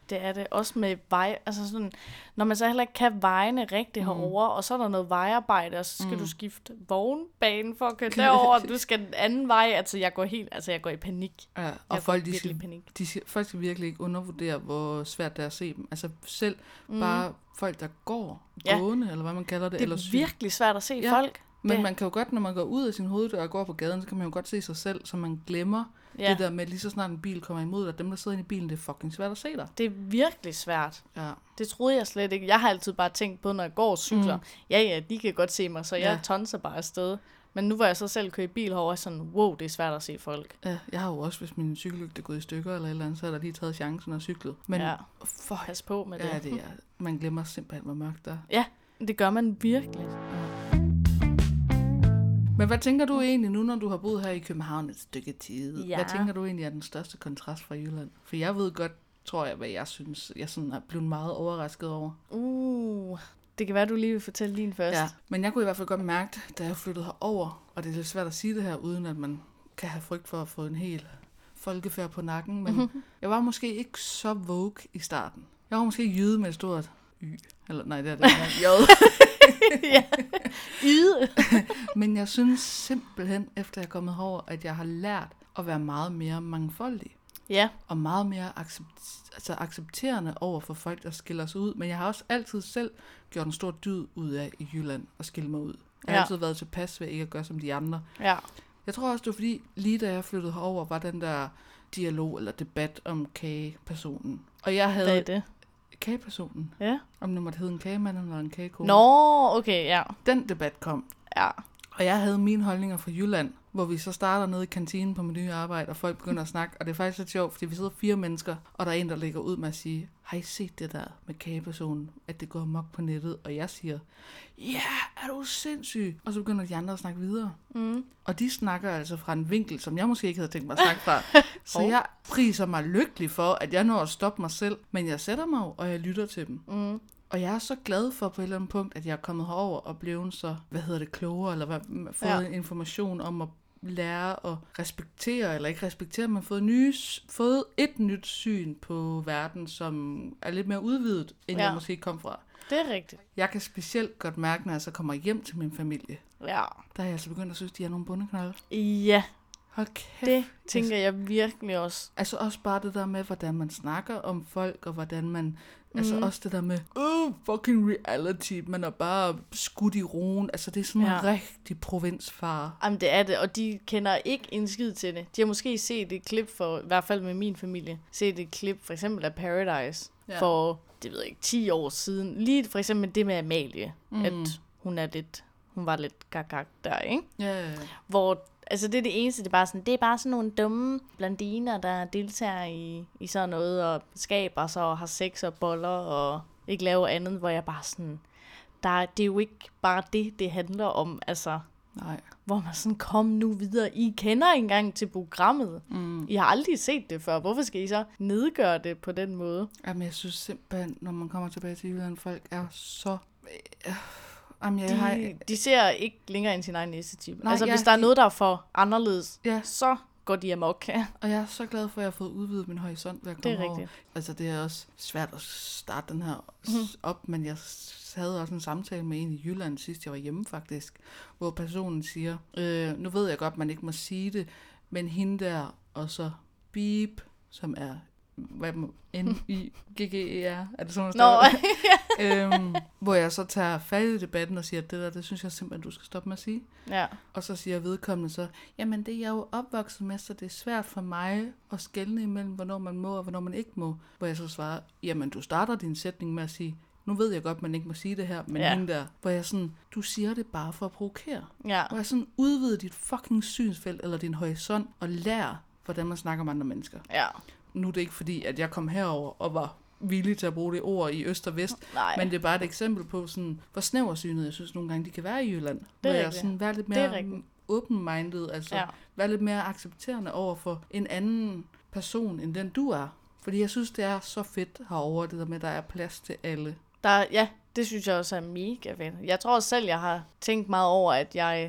Det er det. Også med vej, altså sådan, når man så heller ikke kan vejene rigtig herover, og så er der noget vejarbejde, og så skal du skifte vognbanen for at køre derover, og du skal den anden vej. Altså, jeg går i panik. Ja, og folk skal virkelig ikke undervurdere, hvor svært det er at se dem. Altså selv bare folk, der går gående, eller hvad man kalder det. Det er virkelig svært at se folk. Men man kan jo godt, når man går ud af sin hoveddør og går på gaden, så kan man jo godt se sig selv, så man glemmer det der med, lige så snart en bil kommer imod dig, dem der sidder inde i bilen, det er fucking svært at se dig. Det er virkelig svært. Ja. Det troede jeg slet ikke. Jeg har altid bare tænkt på, når jeg går og cykler, de kan godt se mig, så jeg tonser bare afsted. Men nu hvor jeg så selv kører i bil herovre, sådan, wow, det er svært at se folk. Ja, jeg har jo også, hvis min cykellygte er gået i stykker eller et eller andet, så er der lige taget chancen og cyklet. Men pas på med det. Ja, det er. Man glemmer simpelthen, hvor mørkt der. Ja, det gør man virkelig. Ja. Men hvad tænker du egentlig nu, når du har boet her i København et stykke tid? Ja. Hvad tænker du egentlig er den største kontrast fra Jylland? For jeg ved godt, tror jeg, hvad jeg synes. Jeg sådan er blevet meget overrasket over. Det kan være, du lige vil fortælle din først. Ja, men jeg kunne i hvert fald godt mærke det, da jeg flyttede herover, og det er lidt svært at sige det her, uden at man kan have frygt for at få en hel folkefærd på nakken. Men jeg var måske ikke så woke i starten. Jeg var måske jyde med et stort Y. Eller nej, det er J. Ja. Yde. Men jeg synes simpelthen, efter jeg er kommet herover, at jeg har lært at være meget mere mangfoldig. Ja. Og meget mere accepterende over for folk, der skiller sig ud. Men jeg har også altid selv gjort en stor dyd ud af i Jylland at skille mig ud. Jeg har altid været tilpas ved ikke at gøre som de andre. Ja. Jeg tror også, det var fordi, lige da jeg flyttede herover, var den der dialog eller debat om kagepersonen. Og jeg havde... Hvad er det? Kagepersonen. Ja. Om det måtte hedde en kagemand eller en kagekone. Nå, okay, ja. Den debat kom. Ja. Og jeg havde mine holdninger fra Jylland, hvor vi så starter nede i kantinen på mit nye arbejde, og folk begynder at snakke. Og det er faktisk lidt sjovt, fordi vi sidder 4 mennesker, og der er en, der lægger ud med at sige, har I set det der med kagepersonen, at det går amok på nettet? Og jeg siger, ja, er du sindssyg? Og så begynder de andre at snakke videre. Og de snakker altså fra en vinkel, som jeg måske ikke havde tænkt mig at snakke fra. Så jeg priser mig lykkelig for, at jeg når at stoppe mig selv. Men jeg sætter mig, og jeg lytter til dem. Og jeg er så glad for på et eller andet punkt, at jeg er kommet herover og blevet så, klogere, eller fået information om at lære at respektere, eller ikke respektere, men fået et nyt syn på verden, som er lidt mere udvidet, end jeg måske kom fra. Det er rigtigt. Jeg kan specielt godt mærke, når jeg så kommer hjem til min familie. Ja. Der er jeg altså begyndt at synes, de er nogle bundeknalde. Ja. Hold kæft. Det tænker jeg virkelig også. Altså også bare det der med, hvordan man snakker om folk, og hvordan man... Altså også det der med, fucking reality, man er bare skudt i roen. Altså det er sådan en rigtig provinsfar. Jamen det er det, og de kender ikke en skid til det. De har måske set et klip for, i hvert fald med min familie, set et klip for eksempel af Paradise for, det ved jeg ikke, 10 år siden. Lige for eksempel det med Amalie, at hun var lidt gag der, ikke? Ja. Hvor altså det er det eneste, det er bare sådan nogle dumme blondiner, der deltager i sådan noget, og skaber sig og har sex og boller, og ikke laver andet, hvor jeg bare sådan, det er jo ikke bare det handler om, altså. Nej. Hvor man sådan, kom nu videre, I kender ikke engang til programmet. I har aldrig set det før, hvorfor skal I så nedgøre det på den måde? Jamen jeg synes simpelthen, når man kommer tilbage til Jylland, folk er så... De ser ikke længere end sin egen initiativ. Altså, hvis der er noget, der er for anderledes, så går de amok. Og jeg er så glad for, at jeg har fået udvidet min horisont, ved at komme over. Rigtigt. Altså, det er også svært at starte den her op, men jeg havde også en samtale med en i Jylland sidst, jeg var hjemme faktisk, hvor personen siger, nu ved jeg godt, man ikke må sige det, men hende der, og så beep, som er... N-I-G-G-E-R. Er det sådan noget? Hvor jeg så tager fat i debatten og siger, at det synes jeg simpelthen, du skal stoppe med at sige. Ja. Og så siger vedkommende så, jamen det er jeg jo opvokset med, så det er svært for mig at skelne imellem, hvornår man må og hvornår man ikke må. Hvor jeg så svarer, jamen du starter din sætning med at sige, nu ved jeg godt, man ikke må sige det her, men hende der, hvor jeg sådan, du siger det bare for at provokere. Ja. Hvor jeg sådan udvider dit fucking synsfelt eller din horisont og lærer, hvordan man snakker om andre mennesker. Ja. Nu er det ikke fordi, at jeg kom herover og var villig til at bruge det ord i øst og vest, men det er bare et eksempel på, sådan, hvor snæversynet jeg synes nogle gange, de kan være i Jylland. Hvor jeg sådan være lidt mere open-minded, altså være lidt mere accepterende over for en anden person, end den du er. Fordi jeg synes, det er så fedt herovre, det der med, at der er plads til alle. Det synes jeg også er mega fedt. Jeg tror også selv, jeg har tænkt meget over, at jeg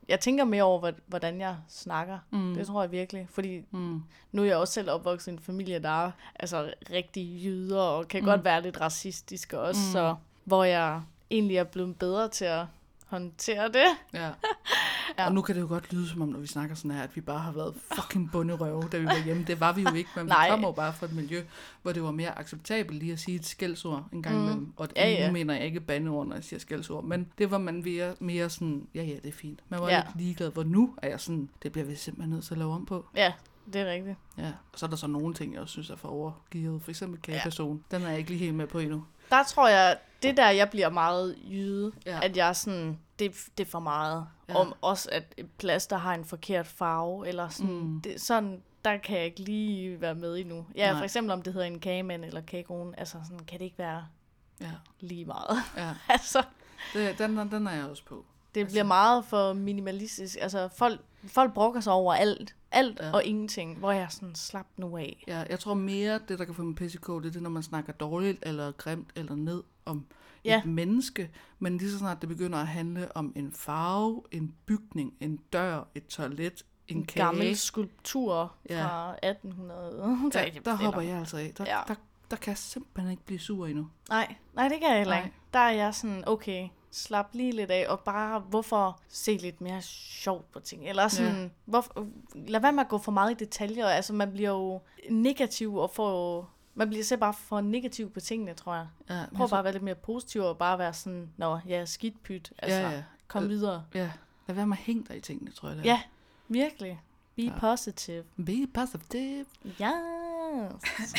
Jeg tænker mere over, hvordan jeg snakker. Det tror jeg virkelig. Fordi nu er jeg også selv opvokset i en familie, der er altså rigtig jyder, og kan godt være lidt racistiske også. Så, hvor jeg egentlig er blevet bedre til at håndtere det. Ja. Og nu kan det jo godt lyde som om, når vi snakker sådan her, at vi bare har været fucking bunderøve, da vi var hjemme. Det var vi jo ikke, men vi kommer jo bare fra et miljø, hvor det var mere acceptabelt lige at sige et skældsord en gang imellem. Og nu mener jeg ikke bandeord, når jeg siger skældsord, men det var man mere sådan, ja, det er fint. Man var lidt ligeglad, hvor nu er jeg sådan, det bliver vi simpelthen nødt til at lave om på. Ja, det er rigtigt. Ja, og så er der så nogle ting, jeg også synes er for overgivet. For eksempel kageperson. Den er jeg ikke lige helt med på endnu. Der tror jeg, det der, jeg bliver meget jyde, at jeg sådan, det er for meget. Om også, at et plaster har en forkert farve, eller sådan, sådan, der kan jeg ikke lige være med endnu. Ja, for eksempel om det hedder en kagemand eller kagekone, altså sådan, kan det ikke være lige meget. Ja. Altså. Den er jeg også på. Det bliver meget for minimalistisk. Altså, folk brokker sig over alt og ingenting, hvor jeg sådan, slap nu af. Ja, jeg tror mere, det der kan få mig pisse i kog, det er når man snakker dårligt, eller grimt, eller ned om et menneske. Men lige så snart det begynder at handle om en farve, en bygning, en dør, et toilet, en kage. Gammel skulptur fra 1800. Der hopper jeg altså af. Der kan jeg simpelthen ikke blive sur endnu. Nej, det kan jeg heller ikke. Der er jeg sådan, okay, slap lige lidt af, og bare, hvorfor se lidt mere sjovt på ting? Eller sådan, lad være med at gå for meget i detaljer. Altså, man bliver jo negativ, og man bliver selv bare for negativ på tingene, tror jeg. Ja, prøv bare at være lidt mere positiv, og bare være sådan, skidt pyt. Altså, kom videre. Ja, lad være med at hænge dig i tingene, tror jeg. Det ja, virkelig. Be positive. Be positive. Yes.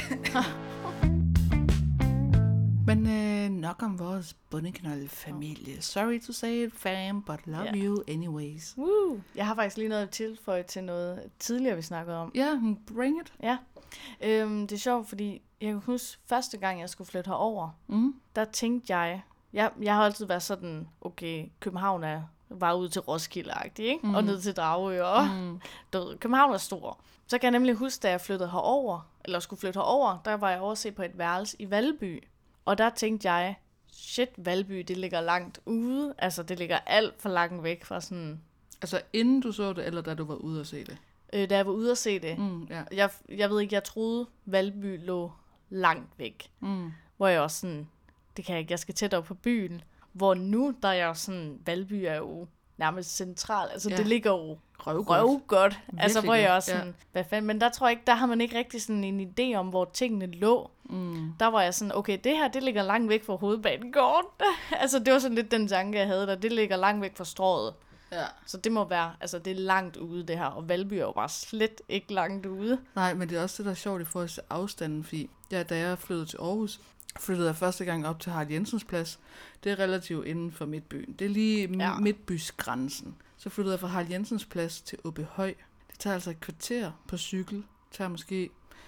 Men nok om vores bundeknold-familie. Sorry to say it, fam, but love you anyways. Woo. Jeg har faktisk lige noget at tilføje til noget tidligere, vi snakkede om. Ja, bring it. Ja. Det er sjovt, fordi jeg kan huske, første gang, jeg skulle flytte herover, der tænkte jeg har altid været sådan, okay, København var ude til Roskilde-agtig, ikke? Og ned til Dragør. København er stor. Så kan jeg nemlig huske, da jeg flyttede herover, eller skulle flytte herover, der var jeg over at se på et værelse i Valby. Og der tænkte jeg, shit, Valby, det ligger langt ude. Altså, det ligger alt for langt væk fra sådan... Altså, inden du så det, eller da du var ude at se det? Da jeg var ude at se det. Jeg ved ikke, jeg troede, Valby lå langt væk. Hvor jeg også sådan, det kan jeg ikke, jeg skal tæt op på byen. Hvor nu, der er jeg sådan, Valby er jo nærmest central. Altså, det ligger jo røvgodt. Altså, hvor jeg også sådan, hvad fanden. Men der tror jeg ikke, der har man ikke rigtig sådan en idé om, hvor tingene lå. Der var jeg sådan, okay, det her, det ligger langt væk fra hovedbanegården. Altså, det var sådan lidt den tanke, jeg havde der. Det ligger langt væk fra strået. Ja. Så det må være, altså det er langt ude det her, og Valby er jo bare slet ikke langt ude. Nej, men det er også det, der er sjovt i forhold til afstanden, fordi da jeg flyttede til Aarhus, flyttede jeg første gang op til Harald Jensens Plads. Det er relativt inden for Midtbyen. Det er lige midtbysgrænsen. Så flyttede jeg fra Harald Jensens Plads til Åbyhøj. Det tager altså et kvarter på cykel. Det tager måske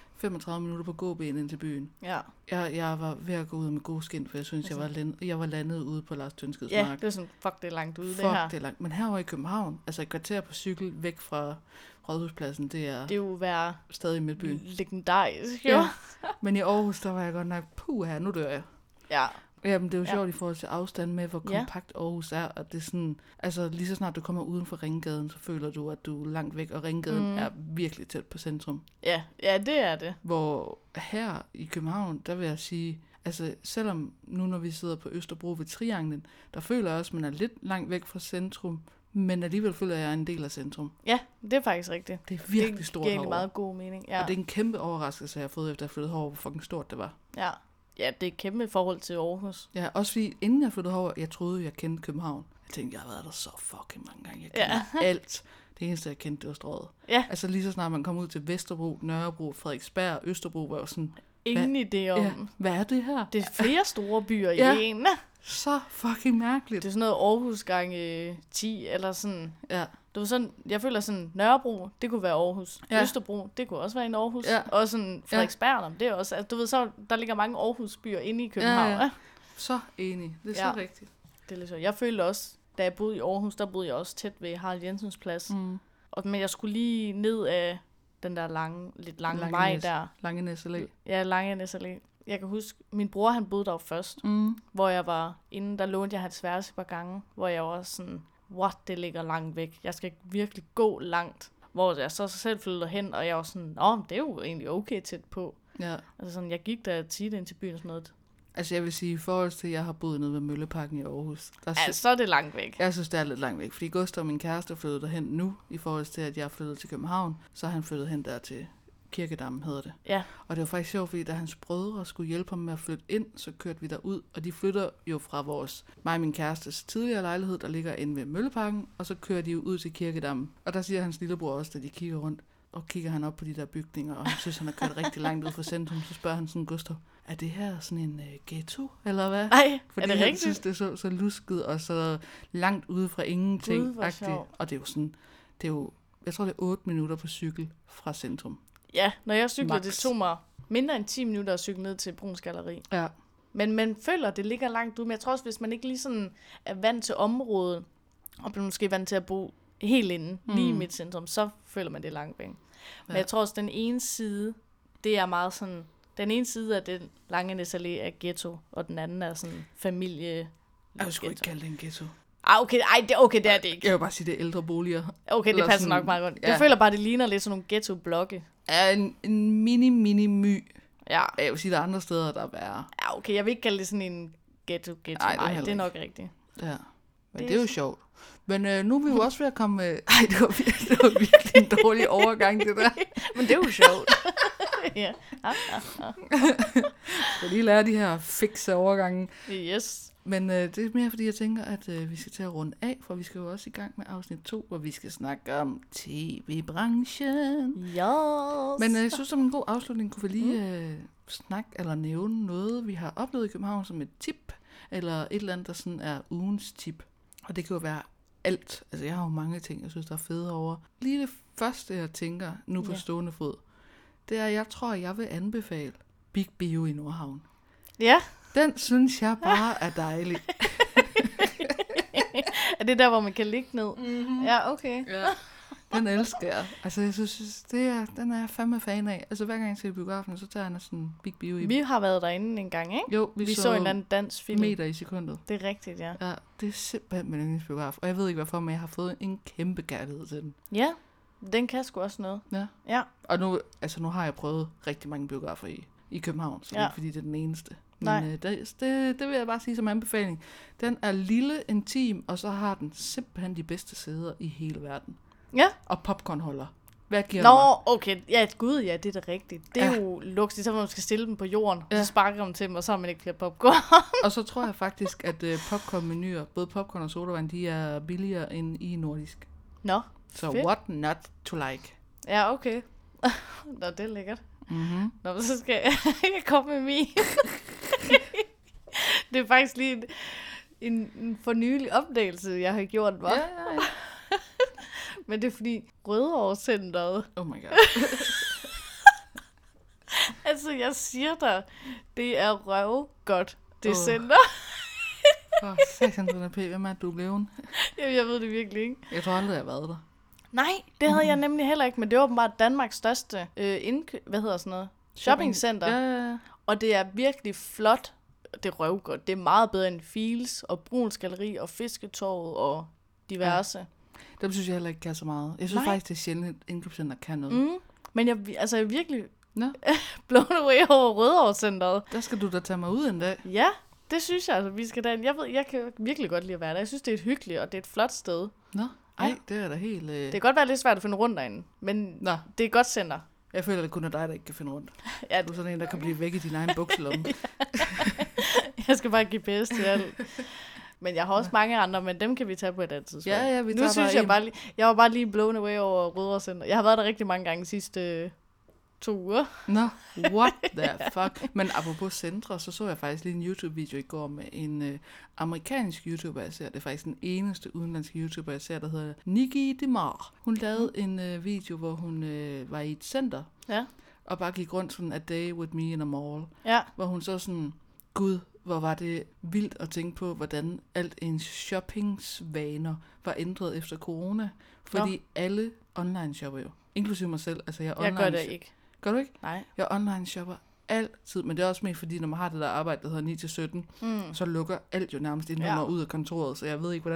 35 minutter på gåben ind til byen. Ja. Jeg var ved at gå ud med god skin, for jeg synes, jeg var landet ude på Lars Tønskeds mark. Ja, det er sådan, fuck, det er langt ude, det her. Fuck, det er langt. Men herovre i København, altså et kvarter på cykel væk fra Rådhuspladsen, det er jo være stadig i Midtbyen. Legendarisk, jo. Ja. Men i Aarhus, der var jeg godt nok, her, nu dør jeg. Ja. Jamen, det er jo sjovt i forhold til afstand med, hvor kompakt Aarhus er, og det er sådan, altså lige så snart du kommer uden for Ringgaden, så føler du, at du er langt væk, og Ringgaden er virkelig tæt på centrum. Ja, det er det. Hvor her i København, der vil jeg sige, altså selvom nu når vi sidder på Østerbro ved Trianglen, der føler jeg også, at man er lidt langt væk fra centrum, men alligevel føler jeg, en del af centrum. Ja, det er faktisk rigtigt. Det er virkelig stort herovre. Det giver meget god mening, ja. Og det er en kæmpe overraskelse, jeg har fået efter at flytte herover, hvor fucking stort det var. Ja. Ja, det er kæmpe i forhold til Aarhus. Ja, også fordi inden jeg flyttede herover, jeg troede, jeg kendte København. Jeg tænkte, jeg har været der så fucking mange gange. Jeg kender alt. Det eneste, jeg kendte, det var Strøget. Ja. Altså lige så snart man kom ud til Vesterbro, Nørrebro, Frederiksberg, Østerbro, var jo sådan... Ingen idé om... Ja, hvad er det her? Det er flere store byer i en. Så fucking mærkeligt. Det er sådan noget Aarhus gange 10, eller sådan... Ja. Det var sådan, jeg føler sådan, Nørrebro, det kunne være Aarhus. Ja. Østerbro, det kunne også være en Aarhus. Ja. Og sådan Frederiksberg, det er også, altså, du ved så, der ligger mange Aarhus-byer inde i København. Ja. Så enig, det er så rigtigt. Det er lidt så. Jeg følte også, da jeg boede i Aarhus, der boede jeg også tæt ved Harald Jensens Plads. Men jeg skulle lige ned af den der lidt lange vej der. Langenæs Allé. Ja, Langenæs Allé. Jeg kan huske, min bror han boede der først, hvor jeg var inde, der lånte jeg hans værelse et par gange, hvor jeg var sådan... what, det ligger langt væk. Jeg skal virkelig gå langt. Hvor jeg så selv flyttede hen, og jeg var sådan, det er jo egentlig okay tæt på. Ja. Altså sådan, jeg gik der tit ind til byen og sådan noget. Altså jeg vil sige, i forhold til, at jeg har boet nede ved Mølleparken i Aarhus. Så er det langt væk. Jeg synes, det er lidt langt væk, fordi Gustav, min kæreste, flyttede derhen nu, i forhold til, at jeg flyttede til København, så har han flyttet hen der til Kirkedammen, hedder det. Ja. Og det var faktisk sjovt, fordi da hans brødre skulle hjælpe ham med at flytte ind, så kørte vi derud, og de flytter jo fra mig og min kærestes tidligere lejlighed, der ligger inde ved Mølleparken, og så kører de jo ud til Kirkedammen. Og der siger hans lillebror også, da de kigger rundt, og kigger han op på de der bygninger, og han synes, han har kørt rigtig langt ud fra centrum, så spørger han sådan, Gustav, er det her sådan en ghetto, eller hvad? Nej, fordi er det han rigtigt? synes, det er så lusket, og så langt ude fra ingenting. Og det er jo sådan, jeg tror, det er 8 minutter på cykel fra centrum. Ja, når jeg cykler, det tog mig mindre end 10 minutter at cykle ned til Bruuns Galleri. Ja. Men man føler, det ligger langt ude. Men jeg tror også, hvis man ikke lige sådan er vant til området, og bliver måske vant til at bo helt inde, lige i midt centrum, så føler man det langt væk. Men jeg tror også, den ene side, det er meget sådan, den ene side af den Langenæs Allé er ghetto, og den anden er sådan familie. Jeg vil sgu ikke kalde det en ghetto. Okay, det er det ikke. Jeg vil bare sige, det er ældre boliger. Okay, det passer sådan, nok meget godt. Ja. Jeg føler bare, det ligner lidt sådan nogle ghetto-blokke. Ja, en mini-my. Ja. Jeg vil sige, der er andre steder, der er værre. Ja, okay, jeg vil ikke kalde det sådan en ghetto. Nej, det er nok rigtigt. Ja, men det er jo sjovt. Men nu er vi jo også ved at komme... det var virkelig en dårlig overgang, det der. Men det er jo sjovt. Ja. Jeg lige lære de her fikse overgange. Yes. Men det er mere, fordi jeg tænker, at vi skal til at runde af, for vi skal jo også i gang med afsnit 2, hvor vi skal snakke om tv-branchen. Yes. Men jeg synes, som en god afslutning kunne vi lige snakke eller nævne noget, vi har oplevet i København som et tip, eller et eller andet, der sådan er ugens tip. Og det kan jo være alt. Altså, jeg har jo mange ting, jeg synes, der er fede over. Lige det første, jeg tænker nu på stående fod, det er, at jeg tror, jeg vil anbefale Big Bio i Nordhavn. Ja. Den synes jeg bare er dejlig. Er det der, hvor man kan ligge ned? Mm-hmm. Ja, okay. Ja. Den elsker jeg. Altså, jeg synes, den er jeg fandme fan af. Altså, hver gang jeg ser biografen, så tager jeg sådan Big Bio i. Vi har været derinde en gang, ikke? Jo, vi så en eller anden dansk film. Meter i sekundet. Det er rigtigt, ja. Ja, det er simpelthen min yndlingsbiograf. Og jeg ved ikke, hvorfor, men jeg har fået en kæmpe kærlighed til den. Ja, den kan sgu også noget. Ja. Og nu har jeg prøvet rigtig mange biografer i København, så det er ikke, fordi det er den eneste. Men det vil jeg bare sige som anbefaling. Den er lille, intim, og så har den simpelthen de bedste sæder i hele verden. Ja. Og popcornholder. Hvad giver du mig? Okay. Ja, gud, ja, det er da rigtigt. Det er jo luksus, så man skal stille dem på jorden, og så sparker dem til dem, og så har man ikke flere popcorn. Og så tror jeg faktisk, at popcornmenuer, både popcorn og sodavand, de er billigere end i nordisk. Nå, så fedt. What not to like? Ja, okay. Nå, det er lækkert. Mm-hmm. Nå, så skal jeg komme med min. Det er faktisk lige en fornyelig opdagelse, jeg har gjort, hva'? Ja. Men det er fordi Rødovre-centeret. Oh my god. Altså, jeg siger dig, det er røvgodt, det center. Satan, hvem er du blevet? Jamen, jeg ved det virkelig ikke. Jeg tror aldrig, jeg har været der. Nej, det havde jeg nemlig heller ikke, men det var bare Danmarks største shoppingcenter. Ja. Og det er virkelig flot. Det er røvgodt. Det er meget bedre end Fields og Bruuns Galleri og Fisketorvet og diverse. Ja. Dem synes jeg heller ikke kan så meget. Jeg synes faktisk, det er sjældent, at indkøbscenter kan noget. Men jeg er virkelig blown away over Rødovre-centeret. Der skal du da tage mig ud en dag. Ja, det synes jeg. Altså, vi skal derhen. Jeg kan virkelig godt lide at være der. Jeg synes, det er et hyggeligt, og det er et flot sted. Nå, ej, det er da helt... Det kan godt være lidt svært at finde rundt derinde, men det er et godt center. Jeg føler, at det kun er dig, der ikke kan finde rundt. Ja. Du er sådan en, der kan blive væk i din egen bukselomme. Jeg skal bare GPS til alt. Men jeg har også mange andre, men dem kan vi tage på et andet tidspunkt. Ja, vi tager nu synes jeg var bare lige blown away over Rødovre Center. Jeg har været der rigtig mange gange de sidste 2 uger. Nå, what the fuck. Men apropos centre, så jeg faktisk lige en YouTube-video i går med en amerikansk YouTuber, jeg ser. Det er faktisk den eneste udenlandske YouTuber, jeg ser, der hedder Nikki DeMar. Hun lavede en video, hvor hun var i et center. Ja. Og bare gik rundt sådan a day with me in a mall. Ja. Hvor hun så sådan, gud, hvor var det vildt at tænke på, hvordan alt ens shoppingsvaner var ændret efter corona. Fordi alle online shopper jo. Inklusive mig selv. Altså jeg gør det ikke. Gør du ikke? Nej. Jeg online shopper altid, men det er også mere fordi, når man har det der arbejde, der hedder 9-17, så lukker alt jo nærmest inden man ud af kontoret, så jeg ved ikke, hvordan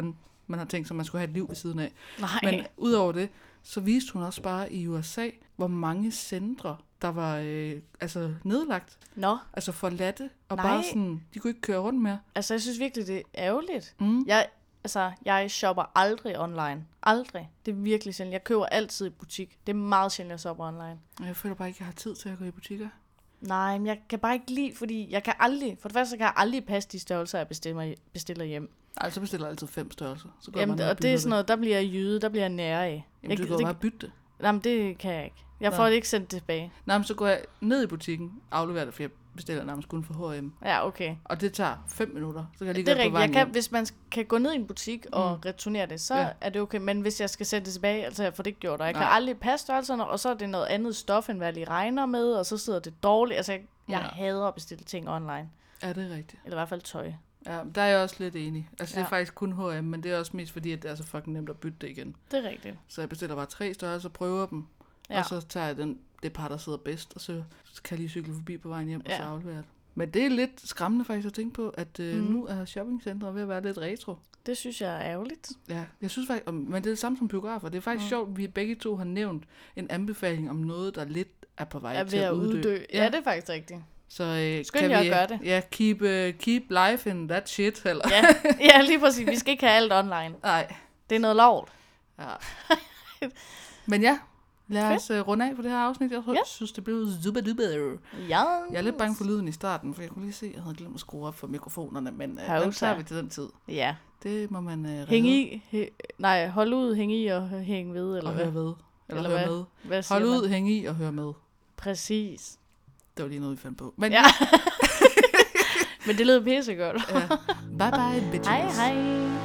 man har tænkt sig, at man skulle have et liv ved siden af. Nej. Men udover det, så viste hun også bare i USA, hvor mange centre, der var nedlagt. Nå. Altså forladte, og Nej. bare sådan, de kunne ikke køre rundt mere. Altså, jeg synes virkelig, det er ærgerligt. Mm. Jeg shopper aldrig online. Aldrig. Det er virkelig sjældent. Jeg køber altid i butik. Det er meget sjældent, jeg shopper online. Jeg føler bare ikke, at jeg har tid til at gå i butikker. Nej, men jeg kan bare ikke lide, fordi jeg kan aldrig, for det første kan jeg aldrig passe de størrelser, jeg bestiller hjem. Ej, så bestiller jeg altid 5 størrelser. Så går Jamen, og det er sådan noget, der bliver jeg jyde, der bliver jeg nære af. Jamen, du kan jo bare bytte det. Jamen, det kan jeg ikke. Jeg får det ikke sendt tilbage. Nej, men så går jeg ned i butikken, afleverer det, for jeg bestiller nærmest kun for H&M. Ja, okay. Og det tager 5 minutter, så kan jeg lige det er gøre det på rigtigt. vejen Hvis man kan gå ned i en butik og returnere det, så er det okay. Men hvis jeg skal sætte det tilbage, altså jeg får det ikke gjort, og jeg kan aldrig passe størrelserne, og så er det noget andet stof, end hvad jeg lige regner med, og så sidder det dårligt. Altså, jeg hader at bestille ting online. Ja, det er rigtigt. Eller i hvert fald tøj. Ja, der er jeg også lidt enig. Altså, det er faktisk kun H&M, men det er også mest fordi, at det er så fucking nemt at bytte det igen. Det er rigtigt. Så jeg bestiller bare 3 størrelser, prøver dem, og så tager jeg det par, der sidder bedst, og så kan jeg lige cykle forbi på vejen hjem, og så aflevere det. Men det er lidt skræmmende faktisk at tænke på, at nu er shoppingcentre ved at være lidt retro. Det synes jeg er ærgerligt. Ja, jeg synes faktisk, men det er det samme som biografer. Det er faktisk sjovt, at vi begge to har nævnt en anbefaling om noget, der lidt er på vej til at uddø. Ja, det er faktisk rigtigt. Så kan vi at gøre det. Ja, keep life in that shit. Eller? Ja, lige præcis. Vi skal ikke have alt online. Nej. Det er noget lovt. Ja. Men ja, lad os runde af på det her afsnit. Jeg synes, det blev super duper. Ja. Jeg er lidt bange for lyden i starten, for jeg kunne lige se, at jeg havde glemt at skrue op for mikrofonerne, men den tager vi til den tid. Ja. Det må man redde. Hæng i. Hold ud, hæng i og hæng ved. Eller og hvad? høre ved. Eller høre med. Hvad hold ud, hæng i og høre med. Præcis. Det var lige noget, vi fandt på. Men, Men det lød pissegodt. Bye bye, bitches. Hej hej.